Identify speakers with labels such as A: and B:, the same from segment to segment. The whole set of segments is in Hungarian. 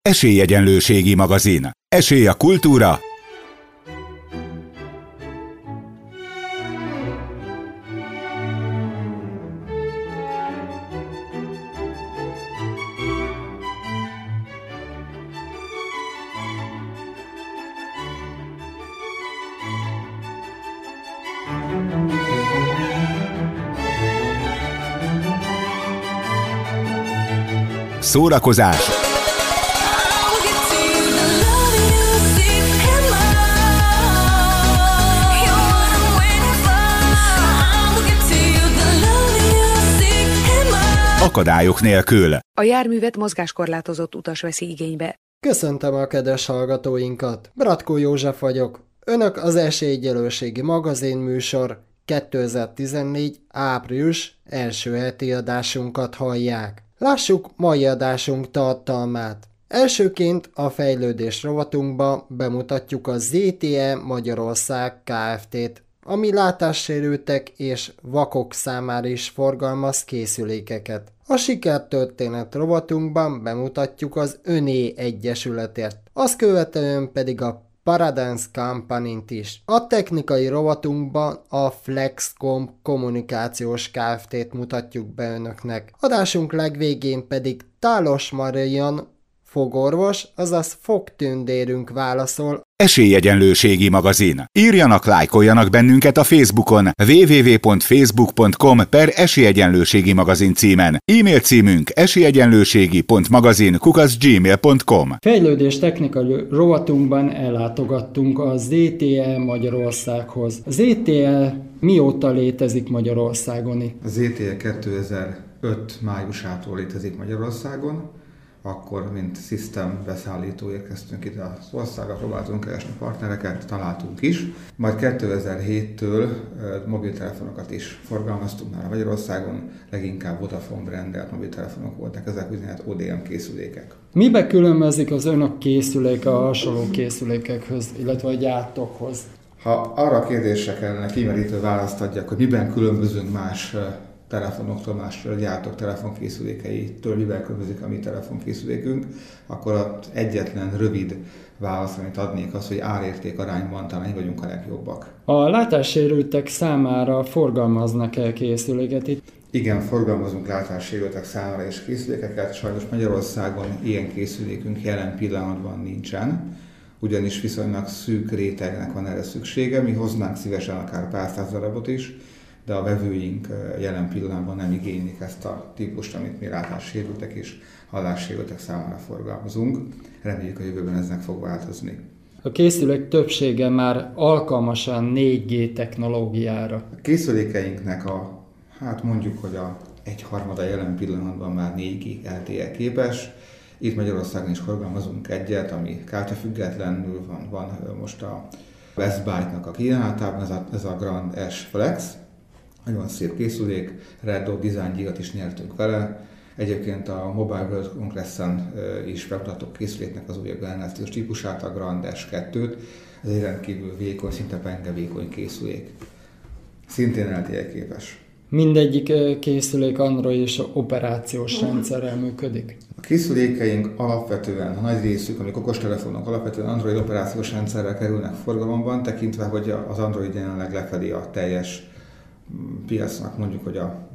A: Esélyegyenlőségi magazin. Esély a kultúra. Szórakozás, akadályok nélkül.
B: A járművet mozgáskorlátozott utas veszi igénybe.
C: Köszöntöm a kedves hallgatóinkat! Bratkó József vagyok. Önök az Esélyegyenlőségi magazin műsor 2014. április első heti adásunkat hallják. Lássuk mai adásunk tartalmát. Elsőként a fejlődés rovatunkban bemutatjuk a ZTE Magyarország Kft-t, ami látássérültek és vakok számára is forgalmaz készülékeket. A sikertörténet rovatunkban bemutatjuk az Öné Egyesületet, azt követően pedig a Paradance Company-t is. A technikai rovatunkban a Flexcom kommunikációs Kft-t mutatjuk be önöknek. Adásunk legvégén pedig Tálos Marian fogorvos, azaz fogtündérünk válaszol.
A: Esélyegyenlőségi magazin. Írjanak, lájkoljanak bennünket a Facebookon www.facebook.com/esélyegyenlőségi magazin címen. E-mail címünk esélyegyenlőségi.magazin@gmail.com.
C: Fejlődés technikai rovatunkban ellátogattunk a ZTE Magyarországhoz. A ZTE mióta létezik Magyarországon?
D: A ZTE 2005 májusától létezik Magyarországon. Akkor, mint system beszállító érkeztünk ide az országra, próbáltunk keresni partnereket, találtunk is. Majd 2007-től mobiltelefonokat is forgalmaztunk már Magyarországon, leginkább Vodafone brandelt mobiltelefonok voltak, ezek úgynevezett ODM készülékek.
C: Mibe különbözik az önök készüléke a hasonló készülékekhez, illetve a gyártókhoz?
D: Ha arra a kérdésre kellene kimerítő választ adjak, hogy miben különbözünk más telefonoktól, más gyártók telefonkészülékeitől, mivel különbözik a mi telefonkészülékünk, akkor az egyetlen rövid válasz, amit adnék, az, hogy árérték arányban talán így vagyunk a legjobbak.
C: A látássérültek számára forgalmaznak-e készüléket itt?
D: Igen, forgalmazunk látássérültek számára is készülékeket, sajnos Magyarországon ilyen készülékünk jelen pillanatban nincsen, ugyanis viszonylag szűk rétegnek van erre szüksége, mi hoznánk szívesen akár pár száz darabot is, de a vevőink jelen pillanatban nem igénylik ezt a típust, amit mi látássérültek és hallássérültek számára forgalmazunk. Reméljük, a jövőben eznek fog változni.
C: A készülék többsége már alkalmas a 4G technológiára.
D: A készülékeinknek mondjuk, hogy a egyharmada jelen pillanatban már 4G LTE képes. Itt Magyarországon is forgalmazunk egyet, ami kártyafüggetlenül van most a Best Buy-nak a kínálatában, ez a Grand S Flex. Nagyon szép készülék, Red Dot Design díjat is nyertünk vele. Egyébként a Mobile World Congress-en is bemutattuk készüléknek az újabb generációs típusát, a Grand S2-t. Ez egy rendkívül vékony, szinte pengevékony készülék. Szintén LTE képes.
C: Mindegyik készülék Android és operációs rendszerrel működik.
D: A készülékeink alapvetően, a nagy részük, amik okostelefonok, alapvetően Android operációs rendszerrel kerülnek forgalomban, tekintve, hogy az Android jelenleg lefedi a teljes piacnak mondjuk, hogy a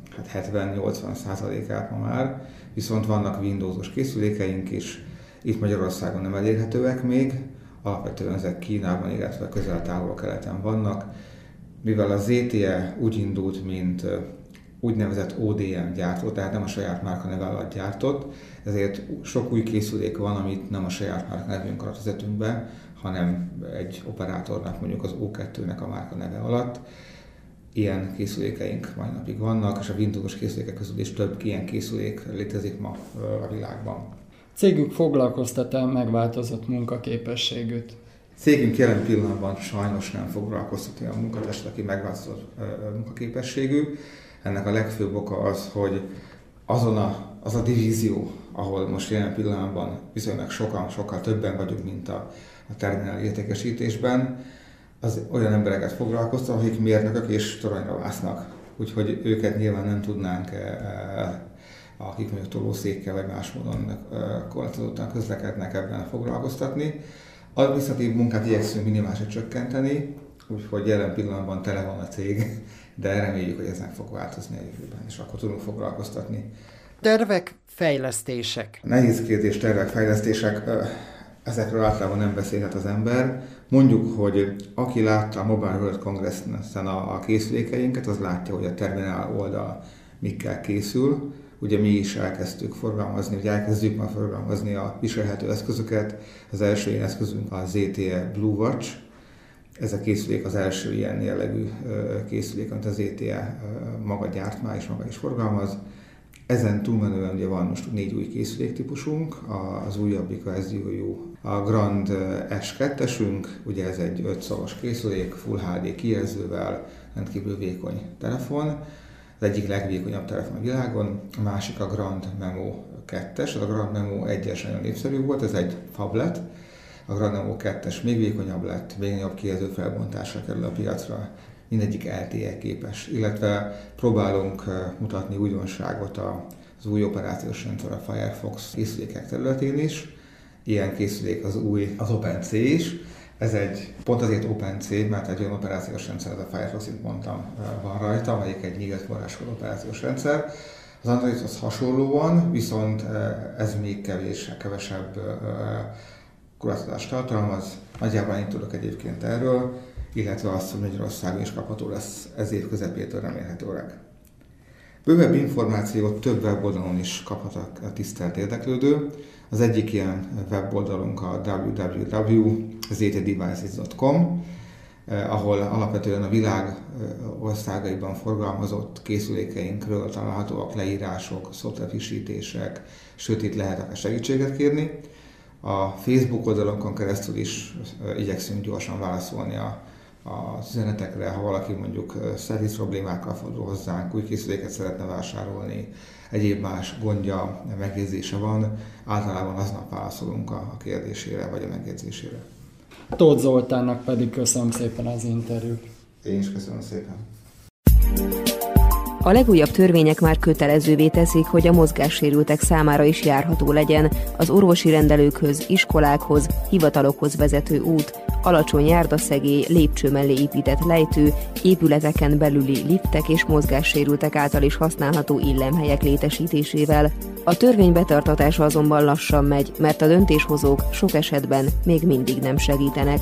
D: 70-80%-át ma már, viszont vannak Windowsos készülékeink is, itt Magyarországon nem elérhetőek még, alapvetően ezek Kínában, illetve közel-távol-keleten vannak, mivel a ZTE úgy indult, mint úgynevezett ODM gyártó, tehát nem a saját márkaneve alatt gyártott, ezért sok új készülék van, amit nem a saját márkanevünk alatt vezetünk be, hanem egy operátornak, mondjuk az O2-nek a márkaneve alatt. Ilyen készülékeink mai napig vannak, és a Windowsos készülékek közül is több ilyen készülék létezik ma a világban.
C: Cégük foglalkoztat-e megváltozott munkaképességűt?
D: Cégünk jelen pillanatban sajnos nem foglalkoztat olyan munkatestet, aki megváltozott munkaképességű. Ennek a legfőbb oka az, hogy az a divízió, ahol most jelen pillanatban viszonylag sokkal többen vagyunk, mint a terminál értékesítésben, az olyan embereket foglalkoztat, akik mérnökök és toronyra vásznak. Úgyhogy őket nyilván nem tudnánk akik mondjuk tolószékkel vagy más módon korlátozottan közlekednek, ebben foglalkoztatni. Az administratív munkát igyekszünk minimálisra csökkenteni, úgyhogy jelen pillanatban tele van a cég, de reméljük, hogy ez meg fog változni a jövőben, és akkor tudunk foglalkoztatni.
C: Tervek, fejlesztések.
D: Nehéz kérdés, tervek, fejlesztések, ezekről általában nem beszélhet az ember. Mondjuk, hogy aki látta a Mobile World Congress-en a készülékeinket, az látja, hogy a terminál oldal mikkel készül. Ugye mi is elkezdtük forgalmazni, vagy elkezdjük már forgalmazni a viselhető eszközöket. Az első ilyen eszközünk a ZTE Blue Watch. Ez a készülék az első ilyen jellegű készülék, amit a ZTE maga gyárt már és maga is forgalmaz. Ezen túlmenően ugye van most 4 új készüléktípusunk, az újabbik a SDU, a Grand S2-esünk, ugye ez egy 5 szoros készülék, Full HD kijelzővel, rendkívül vékony telefon, az egyik legvékonyabb telefon a világon, a másik a Grand Memo 2-es, a Grand Memo 1-es nagyon népszerű volt, ez egy phablet, a Grand Memo 2-es még vékonyabb lett, még nagyobb kijelző felbontásra kerül a piacra, mindegyik LTE képes, illetve próbálunk mutatni újdonságot az új operációs rendszer, a Firefox készülékek területén is. Ilyen készülék az OpenC is. Ez pont azért OpenC, mert egy olyan operációs rendszer, ez a Firefox, mint mondtam, van rajta, amelyik egy nyílt forrású operációs rendszer. Az Androidhoz hasonlóan, viszont ez még kevesebb korlátozást tartalmaz. Nagyjából ennyit tudok egyébként erről, illetve azt, hogy Magyarországon is kapható lesz ez év közepétől remélhetőleg. Bővebb információt több weboldalon is kaphat a tisztelt érdeklődő. Az egyik ilyen weboldalunk a www.ztdevices.com, ahol alapvetően a világ országaiban forgalmazott készülékeinkről találhatóak leírások, szoftverfrissítések, sőt itt lehet segítséget kérni. A Facebook oldalunkon keresztül is igyekszünk gyorsan válaszolni az üzenetekre, ha valaki mondjuk szerviz problémákkal fordul hozzánk, új készüléket szeretne vásárolni, egyéb más gondja, megjegyzése van, általában aznap válaszolunk a kérdésére vagy a megjegyzésére.
C: Tóth Zoltánnak pedig köszönöm szépen az interjút.
D: Én is köszönöm szépen.
B: A legújabb törvények már kötelezővé teszik, hogy a mozgássérültek számára is járható legyen az orvosi rendelőkhöz, iskolákhoz, hivatalokhoz vezető út, alacsony járdaszegély, lépcső mellé épített lejtő, épületeken belüli liftek és mozgássérültek által is használható illemhelyek létesítésével. A törvény betartatása azonban lassan megy, mert a döntéshozók sok esetben még mindig nem segítenek.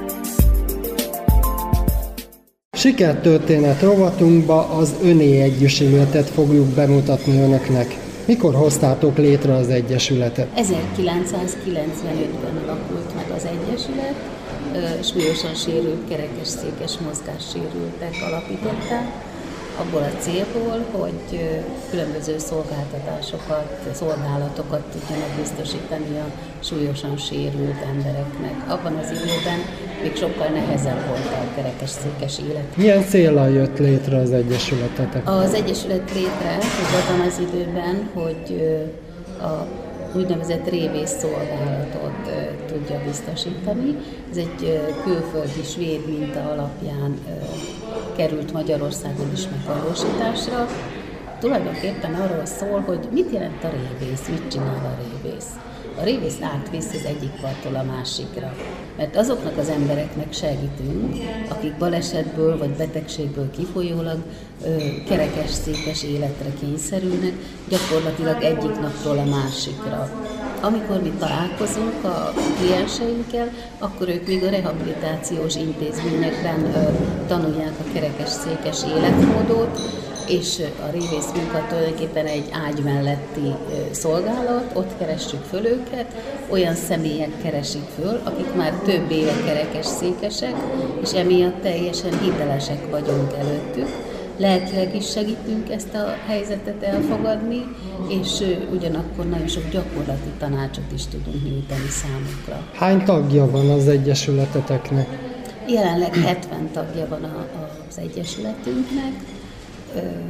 C: Sikertörténet rovatunkba az Öné Egyesületet fogjuk bemutatni önöknek. Mikor hoztátok létre az Egyesületet?
E: 1995-ben alakult meg az Egyesület, súlyosan sérült, kerekesszékes mozgássérültek alapították, abból a célból, hogy különböző szolgálatokat tudjanak biztosítani a súlyosan sérült embereknek. Abban az időben még sokkal nehezebb volt a kerekesszékes élet.
C: Milyen céllal jött létre az Egyesületetek?
E: Az Egyesület létre abban az időben, hogy a úgynevezett révész szolgálatot tudja biztosítani. Ez egy külföldi svéd minta alapján került Magyarországon is megvalósításra. Tulajdonképpen arról szól, hogy mit jelent a révész, mit csinál a révész. A révész átvisz az egyik parttól a másikra, mert azoknak az embereknek segítünk, akik balesetből vagy betegségből kifolyólag kerekesszékes életre kényszerülnek, gyakorlatilag egyik napról a másikra. Amikor mi találkozunk a klienseinkkel, akkor ők még a rehabilitációs intézményekben tanulják a kerekesszékes életmódot, és a révész munka tulajdonképpen egy ágy melletti szolgálat, ott keressük föl őket, olyan személyek keresik föl, akik már több éve kerekesszékesek, és emiatt teljesen hitelesek vagyunk előttük. Lelkileg is segítünk ezt a helyzetet elfogadni, és ugyanakkor nagyon sok gyakorlati tanácsot is tudunk nyújtani számukra.
C: Hány tagja van az Egyesületeteknek?
E: Jelenleg 70 tagja van az Egyesületünknek.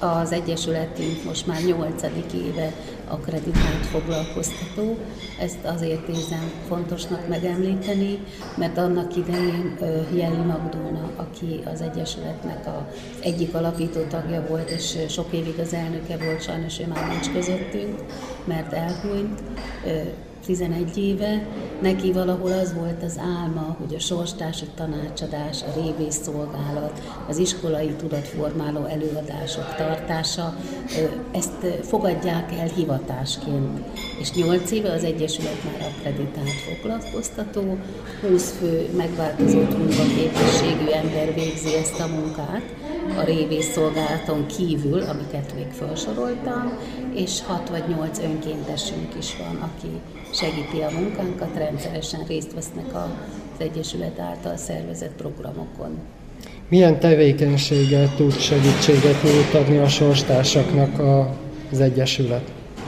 E: Az Egyesületünk most már 8. éve akkreditált foglalkoztató. Ezt azért érzem fontosnak megemlíteni, mert annak idején Jelli Magdolna, aki az Egyesületnek az egyik alapító tagja volt, és sok évig az elnöke volt, sajnos ő már nincs közöttünk, mert elhunyt, 11 éve, neki valahol az volt az álma, hogy a sorstársi tanácsadás, a révészszolgálat, az iskolai tudatformáló előadások tartása, ezt fogadják el hivatásként. És 8 éve az Egyesület már akkreditált foglalkoztató, 20 fő megváltozott munkaképességű ember végzi ezt a munkát, a révészszolgálaton kívül, amiket még felsoroltam, és 6 vagy 8 önkéntesünk is van, aki segíti a munkánkat, rendszeresen részt vesznek az Egyesület által szervezett programokon.
C: Milyen tevékenységgel tud segítséget nyújtani a sorstársaknak az Egyesület?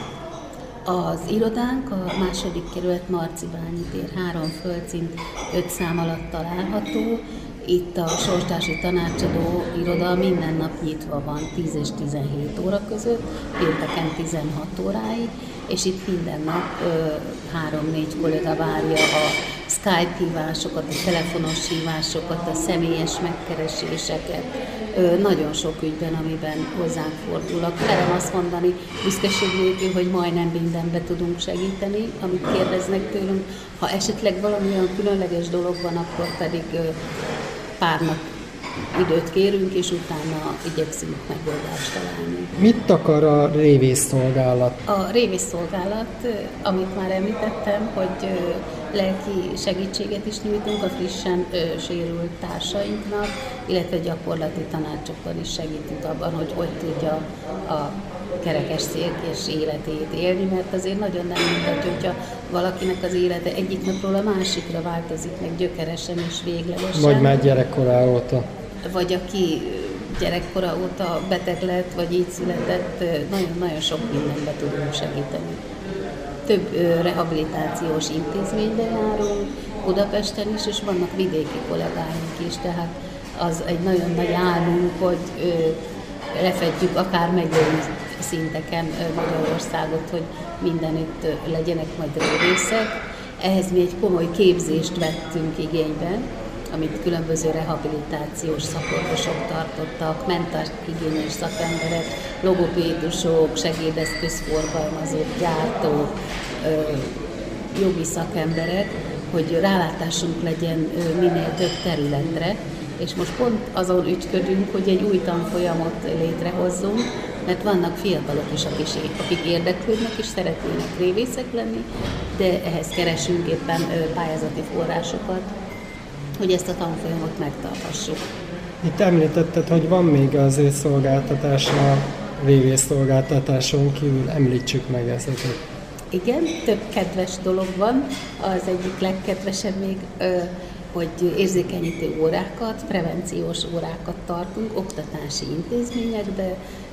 E: Az irodánk a 2. kerület Marcibányi tér 3 földszint 5 szám alatt található. Itt a sorstársi tanácsadó iroda minden nap nyitva van 10 és 17 óra között, pénteken 16 óráig, és itt minden nap 3-4 kolléga várja a Skype hívásokat, a telefonos hívásokat, a személyes megkereséseket, nagyon sok ügyben, amiben hozzánk fordulnak. Merem azt mondani, büszkeség nélkül, hogy majdnem mindenbe tudunk segíteni, amit kérdeznek tőlünk. Ha esetleg valamilyen különleges dolog van, akkor pedig pár nap időt kérünk, és utána igyekszünk megoldást találni.
C: Mit akar a révészszolgálat?
E: A révészszolgálat, amit már említettem, hogy lelki segítséget is nyújtunk a frissen sérült társainknak, illetve gyakorlati tanácsokban is segítünk abban, hogy tudja a kerekesszékes életét élni, mert azért nagyon nem mindegy, hogyha valakinek az élete egyik napról a másikra változik meg gyökeresen és véglegesen.
C: Vagy már gyerekkora óta.
E: Vagy aki gyerekkora óta beteg lett, vagy így született, nagyon-nagyon sok mindenbe tudunk segíteni. Több rehabilitációs intézménybe járunk, Budapesten is, és vannak vidéki kollégáink is, tehát az egy nagyon nagy álmunk, hogy lefedjük akár megyei szinteken Magyarországot, hogy mindenütt legyenek majd révészek. Ehhez mi egy komoly képzést vettünk igénybe, amit különböző rehabilitációs szakorvosok tartottak, mentálhigiéniás szakemberek, logopédusok, segédeszközforgalmazók, gyártók, jogi szakemberek, hogy rálátásunk legyen minél több területre, és most pont azon ügyködünk, hogy egy új tanfolyamot létrehozzunk, mert vannak fiatalok is, akik érdeklődnek és szeretnének révészek lenni, de ehhez keresünk éppen pályázati forrásokat, hogy ezt a tanfolyamot megtarthassuk.
C: Itt említetted, hogy van még az ő szolgáltatása, a révészszolgáltatáson kívül, említsük meg ezeket.
E: Igen, több kedves dolog van. Az egyik legkedvesebb még, hogy érzékenyítő órákat, prevenciós órákat tartunk oktatási intézményekbe,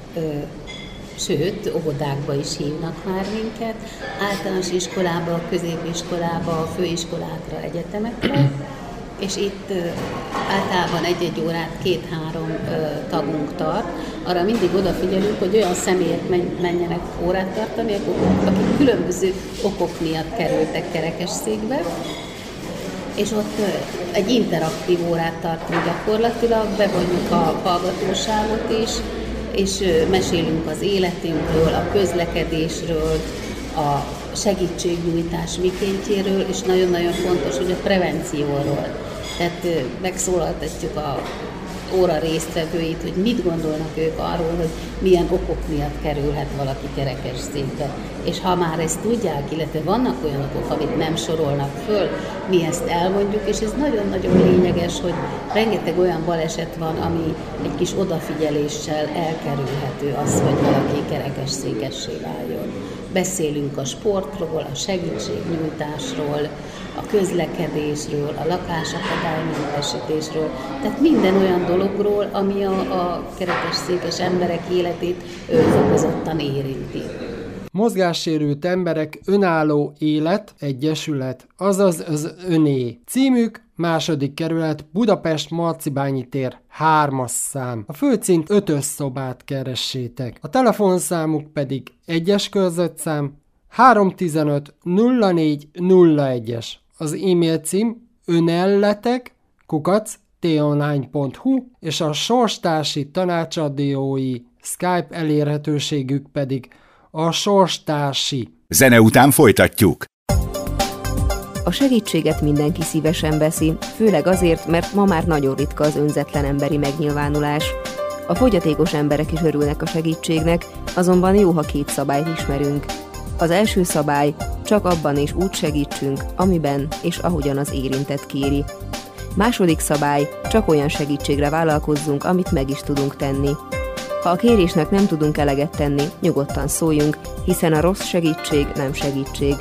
E: sőt, óvodákba is hívnak már minket, általános iskolába, középiskolába, főiskolákra, egyetemekre, és itt általában egy-egy órát 2-3 tagunk tart. Arra mindig odafigyelünk, hogy olyan személyek menjenek órát tartani, akik különböző okok miatt kerültek kerekesszékbe, és ott egy interaktív órát tartunk gyakorlatilag, bevonjuk a hallgatóságot is, és mesélünk az életünkről, a közlekedésről, a segítségnyújtás mikéntjéről, és nagyon-nagyon fontos, hogy a prevencióról. Tehát megszólaltatjuk a óra résztvevőit, hogy mit gondolnak ők arról, hogy milyen okok miatt kerülhet valaki kerekesszékbe. És ha már ezt tudják, illetve vannak olyan okok, amit nem sorolnak föl, mi ezt elmondjuk, és ez nagyon-nagyon lényeges, hogy rengeteg olyan baleset van, ami egy kis odafigyeléssel elkerülhető az, hogy valaki kerekesszékessé váljon. Beszélünk a sportról, a segítségnyújtásról, a közlekedésről, a lakásakadálymentesítésről, tehát minden olyan dologról, ami a kerekesszékes emberek életét fokozottan érinti.
C: Mozgássérült emberek önálló élet egyesület, azaz az öné. Címük 2. kerület, Budapest, Marcibányi tér, 3-as szám. A főcímt 5-ös szobát keressétek. A telefonszámuk pedig 1-es körzetszám 315 04 01-es. Az e-mail cím önelletek@tonline.hu és a sorstársi tanácsadói Skype elérhetőségük pedig a sorstársi.
A: Zene után folytatjuk.
B: A segítséget mindenki szívesen veszi, főleg azért, mert ma már nagyon ritka az önzetlen emberi megnyilvánulás. A fogyatékos emberek is örülnek a segítségnek, azonban jó, ha 2 szabályt ismerünk. Az első szabály, csak abban és úgy segítsünk, amiben és ahogyan az érintett kéri. Második szabály, csak olyan segítségre vállalkozzunk, amit meg is tudunk tenni. Ha a kérésnek nem tudunk eleget tenni, nyugodtan szóljunk, hiszen a rossz segítség nem segítség.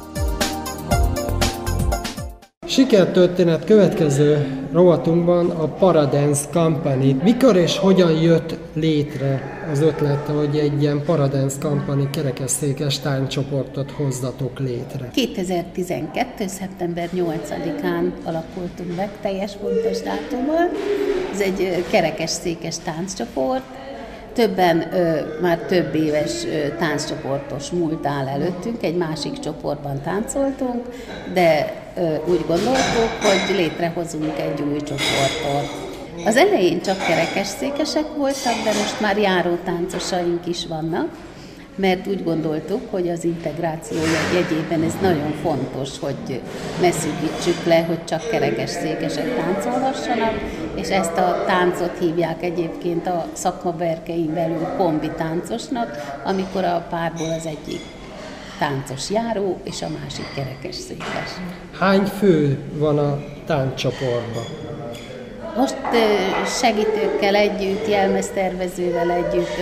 C: Sikertörténet következő rovatunkban a Paradance Company. Mikor és hogyan jött létre az ötlet, hogy egy ilyen Paradance Company kerekesszékes tánycsoportot hozzatok létre?
E: 2012. szeptember 8-án alakultunk meg, teljes pontos dátummal. Ez egy kerekesszékes tánccsoport. Többen már több éves tánccsoportos múlt áll előttünk, egy másik csoportban táncoltunk, de úgy gondoltuk, hogy létrehozunk egy új csoportot. Az elején csak kerekesszékesek voltak, de most már járó táncosaink is vannak, mert úgy gondoltuk, hogy az integráció jegyében ez nagyon fontos, hogy ne szűkítsük le, hogy csak kerekesszékesek táncolhassanak, és ezt a táncot hívják egyébként a szakma berkein belül kombi táncosnak, amikor a párból az egyik táncos járó, és a másik kerekesszékes.
C: Hány fő van a tánccsoportban?
E: Most segítőkkel együtt, jelmeztervezővel együtt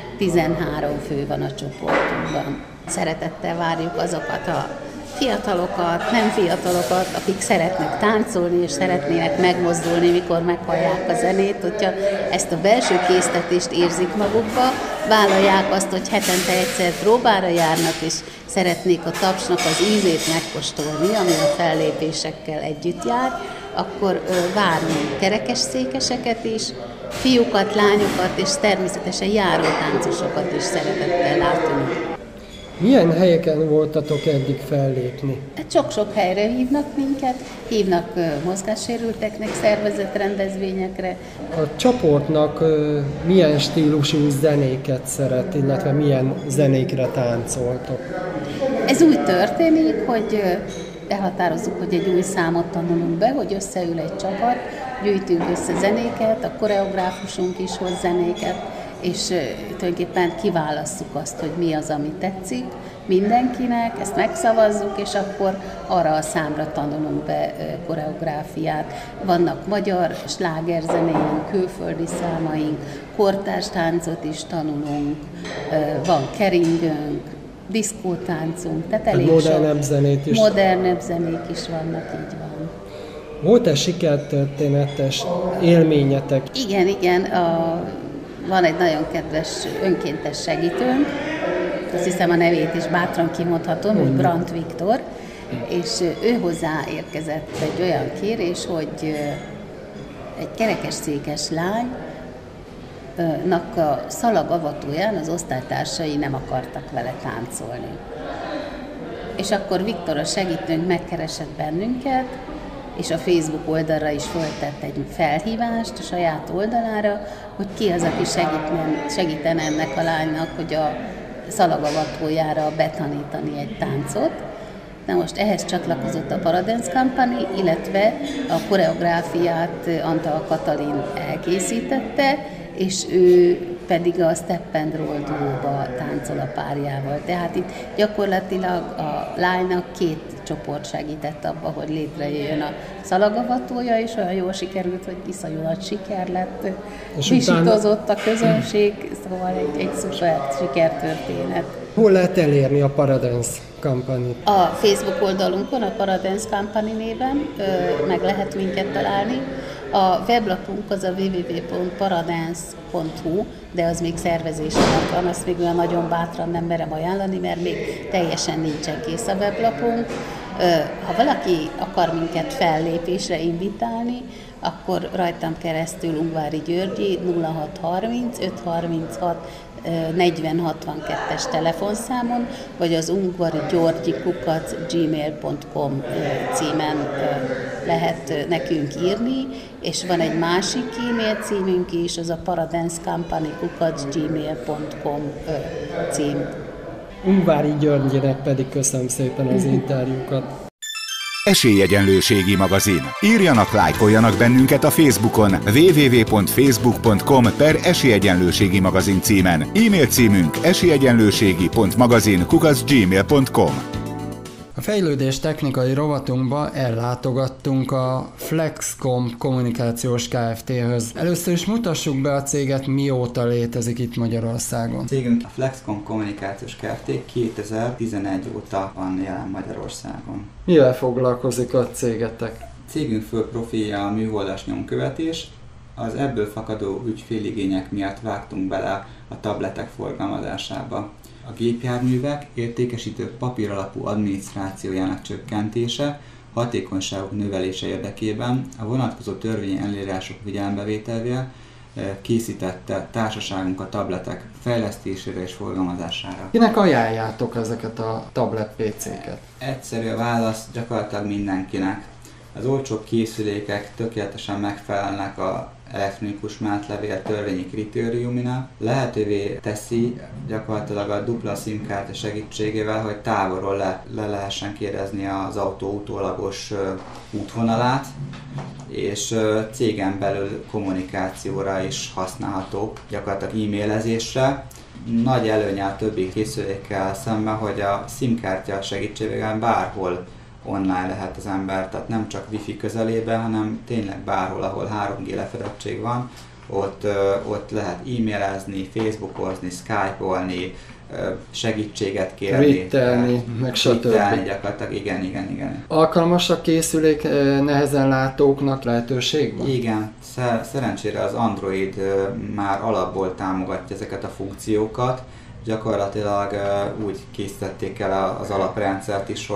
E: 13 fő van a csoportunkban. Szeretettel várjuk azokat a fiatalokat, nem fiatalokat, akik szeretnek táncolni és szeretnének megmozdulni, mikor meghallják a zenét, hogyha ezt a belső késztetést érzik magukba, vállalják azt, hogy hetente egyszer próbára járnak, és szeretnék a tapsnak az ízét megkóstolni, ami a fellépésekkel együtt jár, akkor várunk kerekesszékeseket is, fiúkat, lányokat és természetesen járó táncosokat is szeretettel látunk.
C: Milyen helyeken voltatok eddig fellépni?
E: Sok-sok helyre hívnak minket, hívnak mozgássérülteknek szervezett rendezvényekre.
C: A csoportnak milyen stílusú zenéket szeret, illetve milyen zenékre táncoltok?
E: Ez úgy történik, hogy elhatározzuk, hogy egy új számot tanulunk be, hogy összeül egy csapat, gyűjtünk össze zenéket, a koreográfusunk is hoz zenéket, és tulajdonképpen kiválasszuk azt, hogy mi az, ami tetszik mindenkinek, ezt megszavazzuk, és akkor arra a számra tanulunk be koreográfiát. Vannak magyar slágerzenéink, külföldi számaink, kortárs táncot is tanulunk, van keringőnk, diszkótáncunk, tehát elég
C: modernebb zenét is.
E: Modernebb zenék is vannak, így van.
C: Volt-e sikertörténetes élményetek?
E: Igen, van egy nagyon kedves önkéntes segítőnk, azt hiszem a nevét is bátran kimondhatom, hogy Brandt Viktor, és ő hozzá érkezett egy olyan kérés, hogy egy kerekesszékes lánynak a szalagavatóján az osztálytársai nem akartak vele táncolni. És akkor Viktor, a segítőnk megkeresett bennünket, és a Facebook oldalra is föltett egy felhívást a saját oldalára, hogy ki az, aki segítene ennek a lánynak, hogy a szalagavatójára betanítani egy táncot. Na most ehhez csatlakozott a Paradance Company, illetve a koreográfiát Antal Katalin elkészítette, és ő pedig a Step and Roll duóba táncol a párjával. Tehát itt gyakorlatilag a lánynak 2 csoport segített abba, hogy létrejöjjön a szalagavatója, és olyan jól sikerült, hogy iszonyú nagy siker lett. Visítozott a közönség, szóval egy szuper sikertörténet.
C: Hol lehet elérni a Paradance Company?
E: A Facebook oldalunkon, a Paradance Company néven meg lehet minket találni. A weblapunk az a www.paradance.hu, de az még szervezés alatt van, azt még olyan nagyon bátran nem merem ajánlani, mert még teljesen nincsen kész a weblapunk. Ha valaki akar minket fellépésre invitálni, akkor rajtam keresztül Ungvári Györgyi 0630 536 4062-es telefonszámon, vagy az ungvarigyörgyi@gmail.com címen lehet nekünk írni, és van egy másik e-mail címünk is, az a paradancecompany@gmail.com cím.
C: Ungvári Györgyinek pedig köszönöm szépen az interjúkat.
A: Esélyegyenlőségi magazin. Írjanak, lájkoljanak bennünket a Facebookon www.facebook.com/esélyegyenlőségi magazin címen. E-mail címünk esélyegyenlőségi.magazin@gmail.com.
C: A fejlődés technikai rovatunkba ellátogattunk a Flexcom kommunikációs Kft-höz. Először is mutassuk be a céget, mióta létezik itt Magyarországon.
F: A cégünk a Flexcom kommunikációs Kft. 2011 óta van jelen Magyarországon.
C: Mivel foglalkozik a cégetek?
F: Cégünk fő profilja a műholdas nyomkövetés. Az ebből fakadó ügyféligények miatt vágtunk bele a tabletek forgalmazásába. A gépjárművek értékesítő papíralapú adminisztrációjának csökkentése, hatékonyságok növelése érdekében a vonatkozó törvényi előírások figyelembevételével készítette társaságunk a tabletek fejlesztésére és forgalmazására.
C: Kinek ajánljátok ezeket a tablet PC-ket?
F: Egyszerű a válasz, gyakorlatilag mindenkinek. Az olcsóbb készülékek tökéletesen megfelelnek a elektronikus menetlevél törvényi kritériuminak, lehetővé teszi gyakorlatilag a dupla SIM-kártya segítségével, hogy távolról le lehessen kérdezni az autó utólagos útvonalát, és cégen belül kommunikációra is használható, gyakorlatilag e-mailezésre. Nagy előnye a többi készülékkel szemben, hogy a SIM-kártya segítségével bárhol online lehet az ember, tehát nem csak Wi-Fi közelében, hanem tényleg bárhol, ahol 3G lefedettség van, ott lehet e-mailezni, facebookozni, skype-olni, segítséget kérni.
C: Twittelni, meg stb.
F: Gyakorlatilag igen.
C: Alkalmas a készülék nehezen látóknak, lehetőség van?
F: Igen, szerencsére az Android már alapból támogatja ezeket a funkciókat. Gyakorlatilag úgy készítették el az alaprendszert is,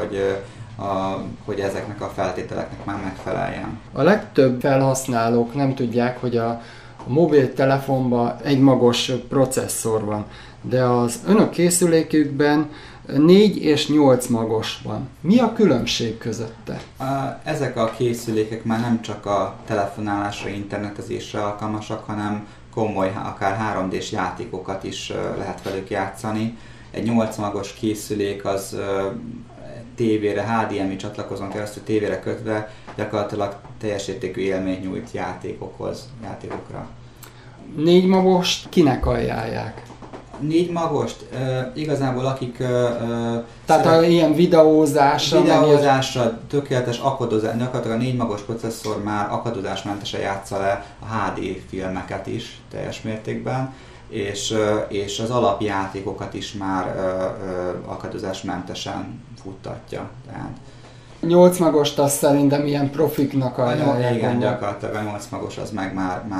F: hogy ezeknek a feltételeknek már megfeleljen.
C: A legtöbb felhasználók nem tudják, hogy a mobiltelefonban egy magos processzor van, de az önök készülékükben 4 és 8 magos van. Mi a különbség közötte?
F: Ezek a készülékek már nem csak a telefonálásra, internetezésre alkalmasak, hanem komoly, akár 3D-s játékokat is lehet velük játszani. Egy 8 magos készülék az tévére, HDMI csatlakozón keresztül tévére kötve gyakorlatilag teljes értékű élményt nyújt játékokra.
C: 4 magost kinek ajánlják?
F: 4 magost? Igazából akik...
C: Tehát ilyen videózásra
F: tökéletes akadozás, gyakorlatilag a 4 magos processzor már akadozásmentesen játsza le a HD filmeket is teljes mértékben, és az alapjátékokat is már akadozásmentesen futtatja. Tehát
C: 8 magost azt szerintem ilyen profiknak ajánlják.
F: Igen, gyakorlatilag a 8 magos az meg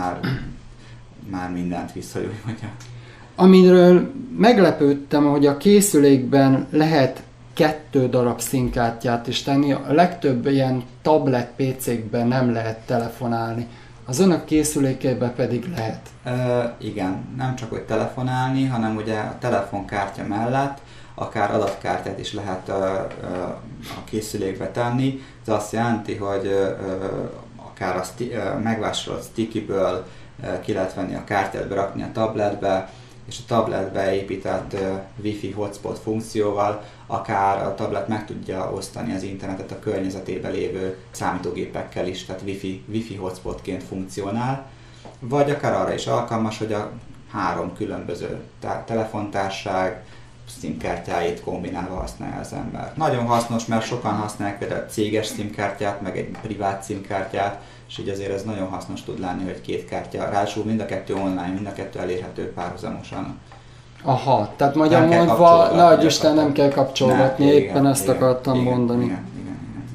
F: már mindent visszajúj, mondja.
C: Amiről meglepődtem, hogy a készülékben lehet 2 darab SIM-kártyát is tenni, a legtöbb ilyen tablet PC-kben nem lehet telefonálni, az önök készülékében pedig lehet.
F: Igen, nem csak hogy telefonálni, hanem ugye a telefonkártya mellett akár adatkártyát is lehet a készülékbe tenni. Ez azt jelenti, hogy akár a megvásárolt stickiből ki lehet venni a kártyát, berakni a tabletbe, és a tabletbe épített Wi-Fi hotspot funkcióval akár a tablet meg tudja osztani az internetet a környezetében lévő számítógépekkel is, tehát Wi-Fi hotspotként funkcionál, vagy akár arra is alkalmas, hogy a 3 különböző telefontárság SIM-kártyáit kombinálva használja az ember. Nagyon hasznos, mert sokan használják például céges SIM-kártyát, meg egy privát SIM-kártyát, és így azért ez nagyon hasznos tud lenni, hogy 2 kártya, ráadásul mind a 2 online, mind a 2 elérhető párhuzamosan.
C: Aha, tehát magyar mondva, nagy Isten, nem kell kapcsolgatni, éppen ezt akartam mondani.
F: Igen.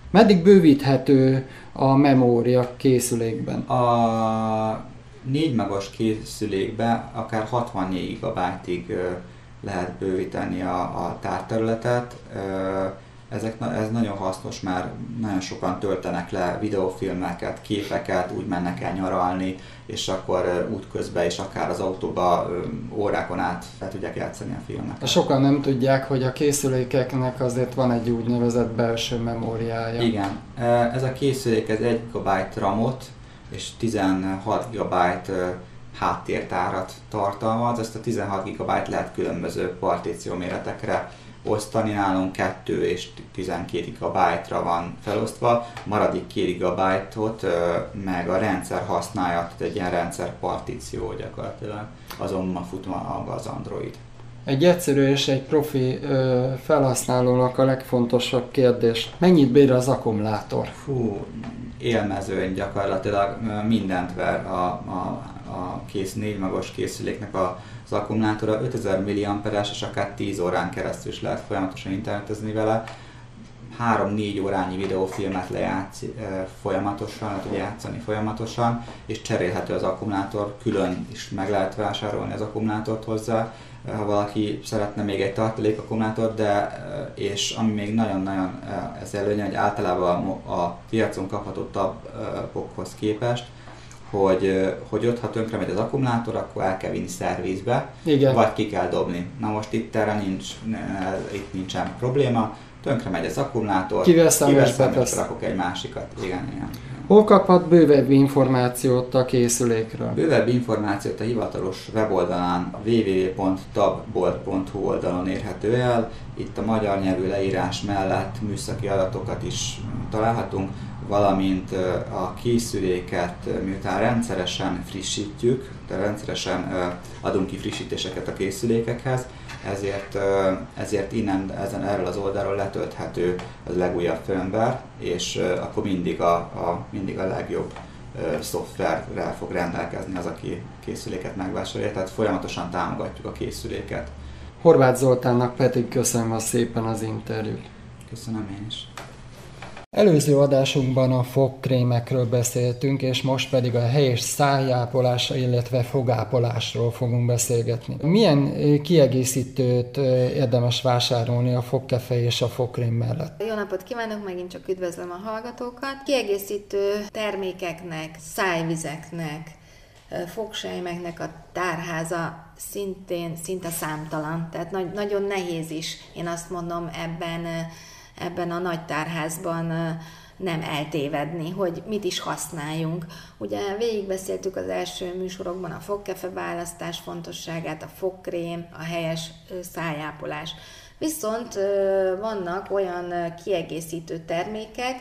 C: Meddig bővíthető a memória készülékben?
F: A 4 megos készülékben akár 64 GB-ig lehet bővíteni a tárterületet. Ez nagyon hasznos, mert nagyon sokan töltenek le videófilmeket, képeket, úgy mennek el nyaralni, és akkor útközben és akár az autóba órákon át fel tudják játszani a filmeket.
C: Sokan nem tudják, hogy a készülékeknek azért van egy úgynevezett belső memóriája.
F: Igen, ez a készülék ez 1 GB RAM-ot és 16 GB háttértárat tartalmaz. Ezt a 16 GB lehet különböző partícióméretekre osztani, nálunk 2 és 12 GB-ra van felosztva, maradék 2 GB-ot meg a rendszer használja, tehát egy ilyen rendszerpartíció gyakorlatilag, azon fut maga az Android.
C: Egy egyszerű és egy profi felhasználónak a legfontosabb kérdés, mennyit bír az akkumulátor?
F: Élmezőny gyakorlatilag mindent ver a 4 magos készüléknek az akkumulátora, 5000 mAh-es és akár 10 órán keresztül is lehet folyamatosan internetezni vele. 3-4 órányi videófilmet lehet játszani folyamatosan, és cserélhető az akkumulátor, külön is meg lehet vásárolni az akkumulátort hozzá, ha valaki szeretne még egy tartalék akkumulátort, és ami még nagyon-nagyon ez előnye, hogy általában a piacon kapható tabokhoz képest, hogy ott, ha tönkre megy az akkumulátor, akkor el kell vinni szervizbe,
C: igen,
F: vagy ki kell dobni. Na most itt nincsen probléma, tönkre megy az akkumulátor, kiveszem és rakok egy másikat. Igen.
C: Hol kaphat bővebb információt a készülékről?
F: Bővebb információt a hivatalos weboldalán www.tabbolt.hu oldalon érhető el. Itt a magyar nyelvű leírás mellett műszaki adatokat is találhatunk, valamint a készüléket, miután rendszeresen frissítjük, tehát rendszeresen adunk ki frissítéseket a készülékekhez, ezért erről az oldalról letölthető a legújabb firmware, és akkor mindig a legjobb szoftverrel fog rendelkezni az, aki készüléket megvásárolja, tehát folyamatosan támogatjuk a készüléket.
C: Horváth Zoltánnak pedig köszönöm szépen az interjút.
F: Köszönöm én is.
C: Előző adásunkban a fogkrémekről beszéltünk, és most pedig a helyes szájápolásra, illetve fogápolásról fogunk beszélgetni. Milyen kiegészítőt érdemes vásárolni a fogkefe és a fogkrém mellett?
G: Jó napot kívánok, megint csak üdvözlöm a hallgatókat. Kiegészítő termékeknek, szájvizeknek, fogsejmeknek a tárháza szinte számtalan, tehát nagyon nehéz is, én azt mondom, ebben a nagy tárházban nem eltévedni, hogy mit is használjunk. Ugye végigbeszéltük az első műsorokban a fogkefe választás fontosságát, a fogkrém, a helyes szájápolás. Viszont vannak olyan kiegészítő termékek,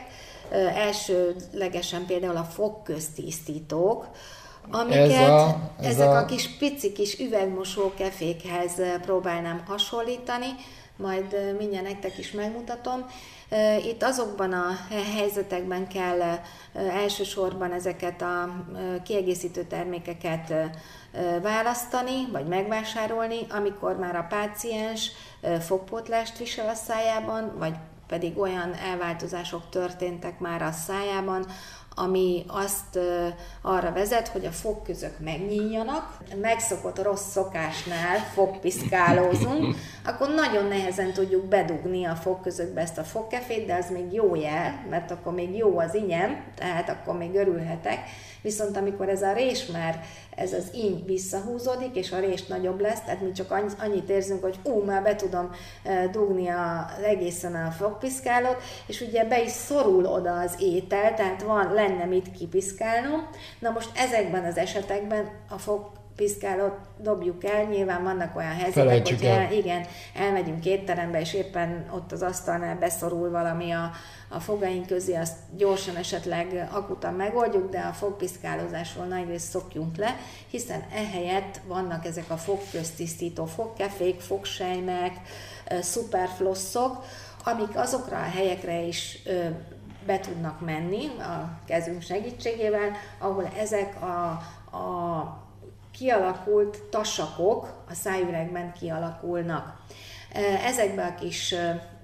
G: elsőlegesen például a fogköztisztítók, amiket ezek a kis pici kis üvegmosókefékhez próbálnám hasonlítani, majd mindjárt nektek is megmutatom. Itt azokban a helyzetekben kell elsősorban ezeket a kiegészítő termékeket választani, vagy megvásárolni, amikor már a páciens fogpótlást visel a szájában, vagy pedig olyan elváltozások történtek már a szájában, ami azt arra vezet, hogy a fogközök megnyíljanak, megszokott rossz szokásnál fogpiszkálózunk, akkor nagyon nehezen tudjuk bedugni a fogközökbe ezt a fogkefét, de az még jó jel, mert akkor még jó az inyem, tehát akkor még örülhetek. Viszont amikor ez a rés már, ez az íny visszahúzódik, és a rés nagyobb lesz, tehát mi csak annyit érzünk, hogy már be tudom dugni egészen a fogpiszkálót, és ugye be is szorul oda az étel, tehát lenne mit kipiszkálnom. Na most ezekben az esetekben a fogpiszkálót dobjuk el, nyilván vannak olyan helyzetek, hogy elmegyünk étterembe, és éppen ott az asztalnál beszorul valami a fogaink közé, azt gyorsan esetleg akutan megoldjuk, de a fogpiszkálózásról nagyrészt szokjunk le, hiszen ehelyett vannak ezek a fogköztisztító fogkefék, fogsejmek, szuperflosszok, amik azokra a helyekre is be tudnak menni a kezünk segítségével, ahol ezek a kialakult tasakok a szájüregben kialakulnak. Ezekbe a kis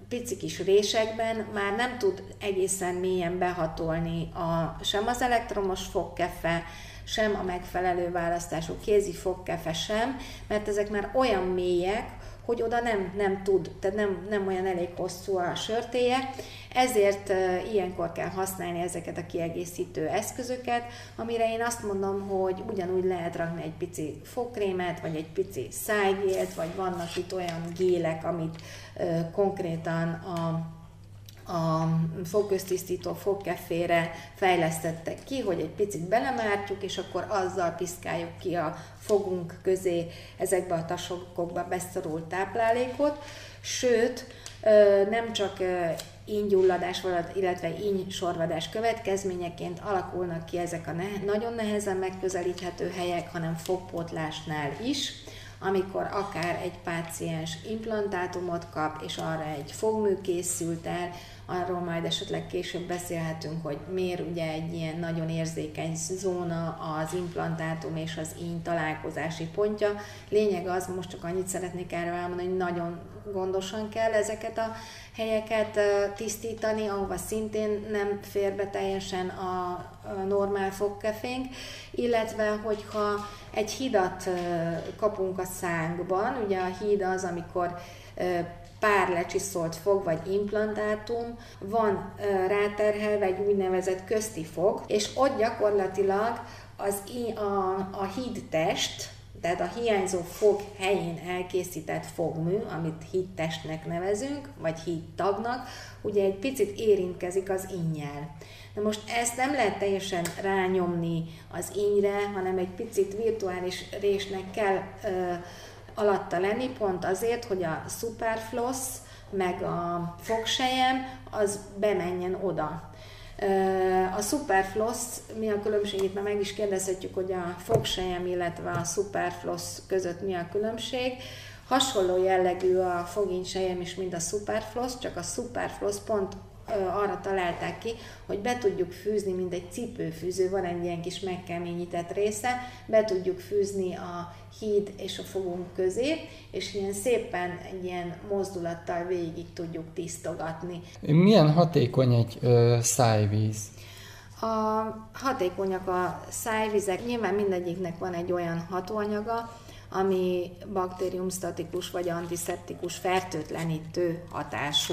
G: pici kis résekben már nem tud egészen mélyen behatolni sem az elektromos fogkefe, sem a megfelelő választású kézi fogkefe sem, mert ezek már olyan mélyek, hogy oda nem tud, tehát nem olyan elég hosszú a sörtéje, ezért ilyenkor kell használni ezeket a kiegészítő eszközöket, amire én azt mondom, hogy ugyanúgy lehet rakni egy pici fogkrémet, vagy egy pici szájgélt, vagy vannak itt olyan gélek, amit konkrétan a fogköztisztító fogkefére fejlesztettek ki, hogy egy picit belemártjuk, és akkor azzal piszkáljuk ki a fogunk közé ezekbe a tasokokba beszorult táplálékot, sőt, nem csak ínygyulladás, illetve ínysorvadás következményeként alakulnak ki ezek a nagyon nehezen megközelíthető helyek, hanem fogpótlásnál is, amikor akár egy páciens implantátumot kap, és arra egy fogmű készült el, arról majd esetleg később beszélhetünk, hogy miért ugye egy ilyen nagyon érzékeny zóna az implantátum és az íny találkozási pontja. Lényeg az, most csak annyit szeretnék erről elmondani, hogy nagyon gondosan kell ezeket a helyeket tisztítani, ahova szintén nem fér be teljesen a normál fogkefénk, illetve hogyha egy hidat kapunk a szánkban, ugye a híd az, amikor pár lecsiszolt fog vagy implantátum, van ráterhelve egy úgynevezett közti fog, és ott gyakorlatilag a hídtest, tehát a hiányzó fog helyén elkészített fogmű, amit hídtestnek nevezünk, vagy hídtagnak, ugye egy picit érintkezik az ínnyel. Na most ezt nem lehet teljesen rányomni az ínnyre, hanem egy picit virtuális résnek kell alatta lenni, pont azért, hogy a superfloss meg a fogsejem az bemenjen oda. A superfloss, mi a különbség, itt már meg is kérdezhetjük, hogy a fogsejem, illetve a superfloss között mi a különbség. Hasonló jellegű a fogínsejem is, mint a superfloss, csak a superfloss pont arra találták ki, hogy be tudjuk fűzni, mint egy cipőfűző, van egy ilyen kis megkeményített része, be tudjuk fűzni a híd és a fogunk közé, és ilyen szépen egy ilyen mozdulattal végig tudjuk tisztogatni.
H: Milyen hatékony egy szájvíz?
G: Hatékonyak a szájvizek, nyilván mindegyiknek van egy olyan hatóanyaga, ami baktériumstatikus vagy antiszeptikus, fertőtlenítő hatású.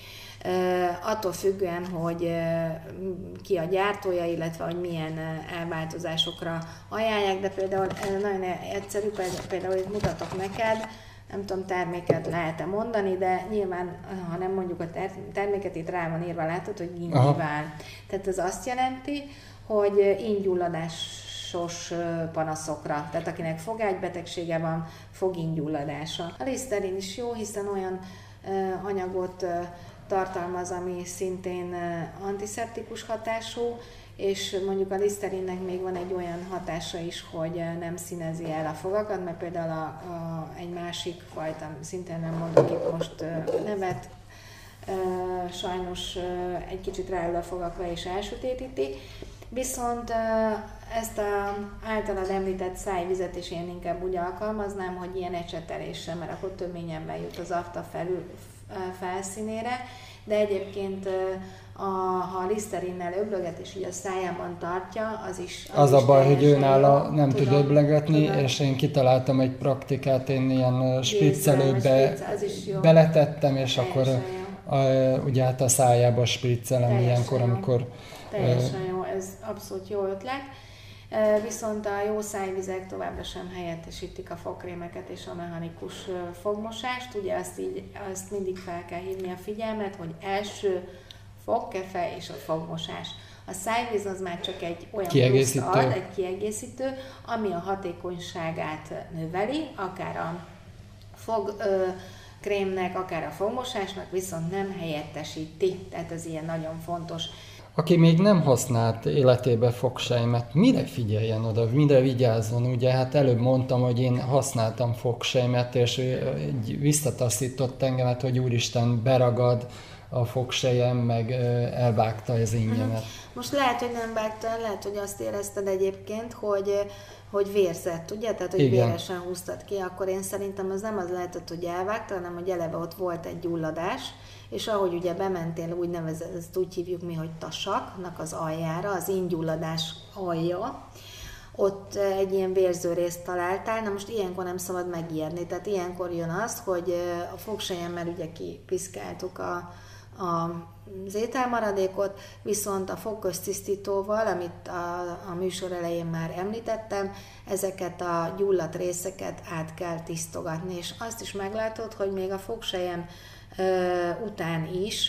G: Attól függően, hogy ki a gyártója, illetve hogy milyen elváltozásokra ajánlják, de például nagyon egyszerű, például itt mutatok neked, nem tudom, terméket lehet-e mondani, de nyilván, ha nem mondjuk a terméket, itt rá van írva, látod, hogy íngyivál. Tehát ez azt jelenti, hogy íngyulladásos panaszokra, tehát akinek fogágybetegsége van, fogíngyulladása. A Listerin is jó, hiszen olyan anyagot tartalmaz, ami szintén antiszeptikus hatású, és mondjuk a Listerinnek még van egy olyan hatása is, hogy nem színezi el a fogakat, mert például egy másik fajta, szintén nem mondok itt most nevet, sajnos egy kicsit ráül a fogakra és elsötétíti, viszont ezt az általad említett szájvizet is én inkább úgy alkalmaznám, hogy ilyen ecsetelésre, mert akkor több ményen jut az afta felszínére, de egyébként ha a Listerinnel öblöget és így a szájában tartja, az is
H: a baj, hogy ő nála nem tud öblögetni, és én kitaláltam egy praktikát, én ilyen spriccelőbe beletettem, és akkor ugye hát a szájába spriccelem teljesen ilyenkor, amikor...
G: Teljesen jó, ez abszolút jó ötlet. Viszont a jó szájvizek továbbra sem helyettesítik a fogkrémeket és a mechanikus fogmosást. Ugye azt mindig fel kell hívni a figyelmet, hogy első fogkefe és a fogmosás. A szájvíz az már csak egy olyan pluszt ad, egy kiegészítő, ami a hatékonyságát növeli, akár a fogkrémnek, akár a fogmosásnak, viszont nem helyettesíti. Tehát ez ilyen nagyon fontos.
H: Aki még nem használt életébe fogsejmet, mire figyeljen oda, mire vigyázzon? Ugye hát előbb mondtam, hogy én használtam fogsejmet, és visszataszított engemet, hogy úristen, beragad a fogsejem, meg elvágta az ingyemet.
G: Most lehet, hogy nem vágta, lehet, hogy azt érezted egyébként, hogy vérzett, ugye? Tehát, hogy igen, véresen húztad ki, akkor én szerintem az nem az lehetett, hogy elvágta, hanem hogy eleve ott volt egy gyulladás, és ahogy ugye bementél, úgynevezett, ezt úgy hívjuk mi, hogy tasaknak az aljára, az ingyulladás alja, ott egy ilyen vérzőrészt találtál, na most ilyenkor nem szabad megijedni, tehát ilyenkor jön az, hogy a fogsejemmel ugye kipiszkáltuk az ételmaradékot, viszont a fogköztisztítóval, amit a műsor elején már említettem, ezeket a gyulladt részeket át kell tisztogatni, és azt is meglátod, hogy még a fogsejem után is,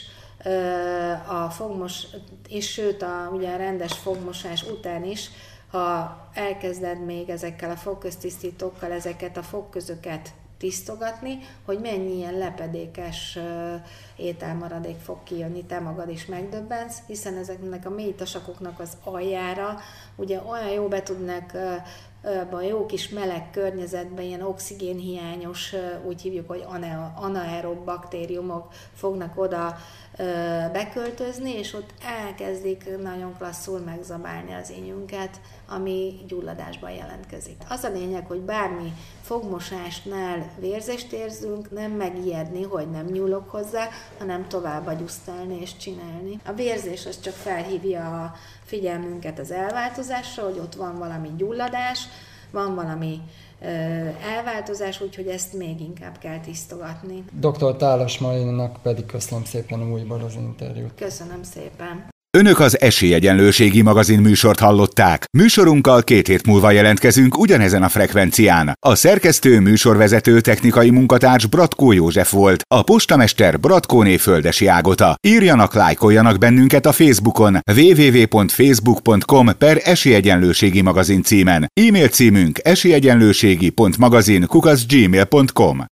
G: a fogmos, és sőt ugye a rendes fogmosás után is, ha elkezded még ezekkel a fogköztisztítókkal ezeket a fogközöket tisztogatni, hogy mennyi ilyen lepedékes ételmaradék fog kijönni, te magad is megdöbbensz, hiszen ezeknek a mély tasakoknak az aljára ugye olyan jó be tudnak a jó kis meleg környezetben, ilyen oxigénhiányos, úgy hívjuk, hogy anaerob baktériumok fognak oda beköltözni, és ott elkezdik nagyon klasszul megzabálni az ínyünket, ami gyulladásban jelentkezik. Az a lényeg, hogy bármi fogmosásnál vérzést érzünk, nem megijedni, hogy nem nyúlok hozzá, hanem tovább agyusztálni és csinálni. A vérzés az csak felhívja a figyelmünket az elváltozásra, hogy ott van valami gyulladás, van valami elváltozás, úgyhogy ezt még inkább kell tisztogatni.
H: Dr. Tálas Marinak pedig köszönöm szépen újból az interjút.
G: Köszönöm szépen.
A: Önök az Esélyegyenlőségi magazin műsort hallották. Műsorunkkal 2 hét múlva jelentkezünk ugyanezen a frekvencián. A szerkesztő, műsorvezető, technikai munkatárs Bratkó József volt, a postamester Bratkóné Földesi Ágota. Írjanak, lájkoljanak bennünket a Facebookon www.facebook.com/esélyegyenlőségi magazin címen. E-mail címünk esélyegyenlőségi.magazin@gmail.com.